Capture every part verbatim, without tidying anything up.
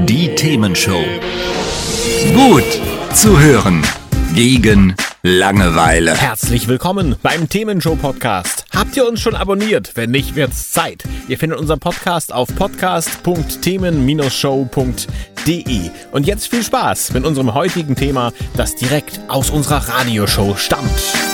Die Themenshow. Gut zu hören. Gegen Langeweile. Herzlich willkommen beim Themenshow-Podcast. Habt ihr uns schon abonniert? Wenn nicht, wird's Zeit. Ihr findet unseren Podcast auf podcast punkt themen show punkt de. Und jetzt viel Spaß mit unserem heutigen Thema, das direkt aus unserer Radioshow stammt.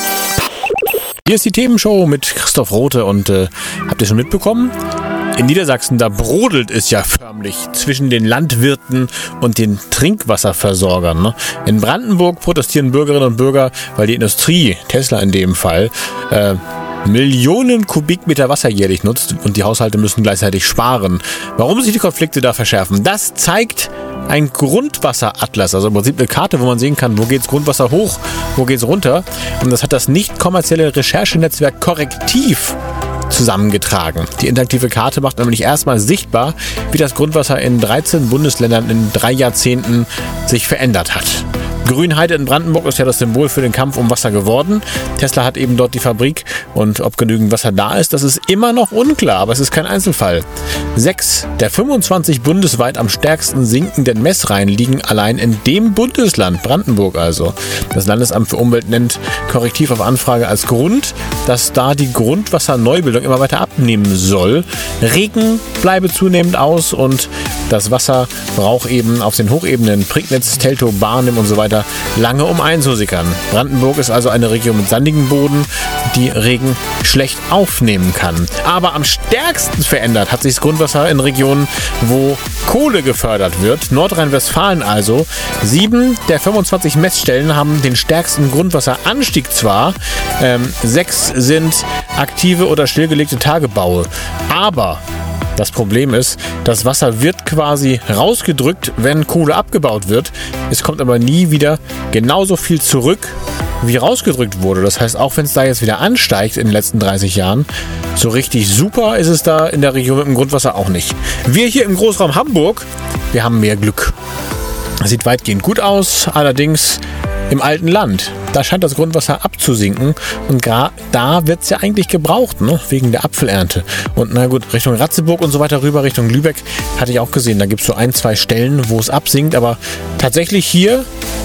Hier ist die Themenshow mit Christoph Rothe und äh, habt ihr schon mitbekommen? In Niedersachsen, da brodelt es ja förmlich zwischen den Landwirten und den Trinkwasserversorgern. Ne? In Brandenburg protestieren Bürgerinnen und Bürger, weil die Industrie, Tesla in dem Fall, äh, Millionen Kubikmeter Wasser jährlich nutzt und die Haushalte müssen gleichzeitig sparen. Warum sich die Konflikte da verschärfen, das zeigt ein Grundwasseratlas, also im Prinzip eine Karte, wo man sehen kann, wo geht's Grundwasser hoch, wo geht's runter. Und das hat das nicht kommerzielle Recherchenetzwerk Korrektiv zusammengetragen. Die interaktive Karte macht nämlich erstmal sichtbar, wie das Grundwasser in dreizehn Bundesländern in drei Jahrzehnten sich verändert hat. Grünheide in Brandenburg ist ja das Symbol für den Kampf um Wasser geworden. Tesla hat eben dort die Fabrik und ob genügend Wasser da ist, das ist immer noch unklar, aber es ist kein Einzelfall. Sechs der fünfundzwanzig bundesweit am stärksten sinkenden Messreihen liegen allein in dem Bundesland, Brandenburg also. Das Landesamt für Umwelt nennt Korrektiv auf Anfrage als Grund, dass da die Grundwasserneubildung immer weiter abnehmen soll. Regen bleibe zunehmend aus und das Wasser braucht eben auf den Hochebenen Prignitz, Teltow, Barnim und so weiter lange, um einzusickern. Brandenburg ist also eine Region mit sandigem Boden, die Regen schlecht aufnehmen kann. Aber am stärksten verändert hat sich das Grundwasser in Regionen, wo Kohle gefördert wird. Nordrhein-Westfalen also. Sieben der fünfundzwanzig Messstellen haben den stärksten Grundwasseranstieg zwar. Ähm, sechs sind aktive oder stillgelegte Tagebaue. Aber das Problem ist, das Wasser wird quasi rausgedrückt, wenn Kohle abgebaut wird. Es kommt aber nie wieder genauso viel zurück, wie rausgedrückt wurde. Das heißt, auch wenn es da jetzt wieder ansteigt in den letzten dreißig Jahren, so richtig super ist es da in der Region mit dem Grundwasser auch nicht. Wir hier im Großraum Hamburg, wir haben mehr Glück. Sieht weitgehend gut aus, allerdings im alten Land. Da scheint das Grundwasser abzusinken und gra- da wird es ja eigentlich gebraucht, ne? Wegen der Apfelernte. Und na gut, Richtung Ratzeburg und so weiter rüber, Richtung Lübeck, hatte ich auch gesehen, da gibt es so ein, zwei Stellen, wo es absinkt, aber tatsächlich hier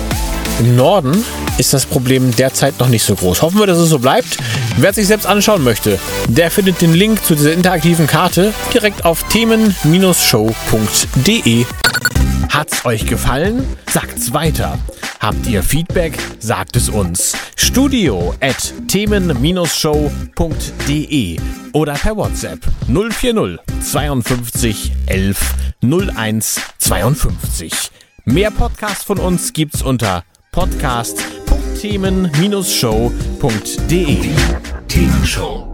im Norden ist das Problem derzeit noch nicht so groß. Hoffen wir, dass es so bleibt. Wer es sich selbst anschauen möchte, der findet den Link zu dieser interaktiven Karte direkt auf themen show punkt de. Hat's euch gefallen? Sagt's weiter. Habt ihr Feedback? Sagt es uns. Studio at themen show punkt de oder per WhatsApp null vier null zweiundfünfzig elf null eins zweiundfünfzig. Mehr Podcasts von uns gibt's unter podcast punkt themen show punkt de. Themenshow.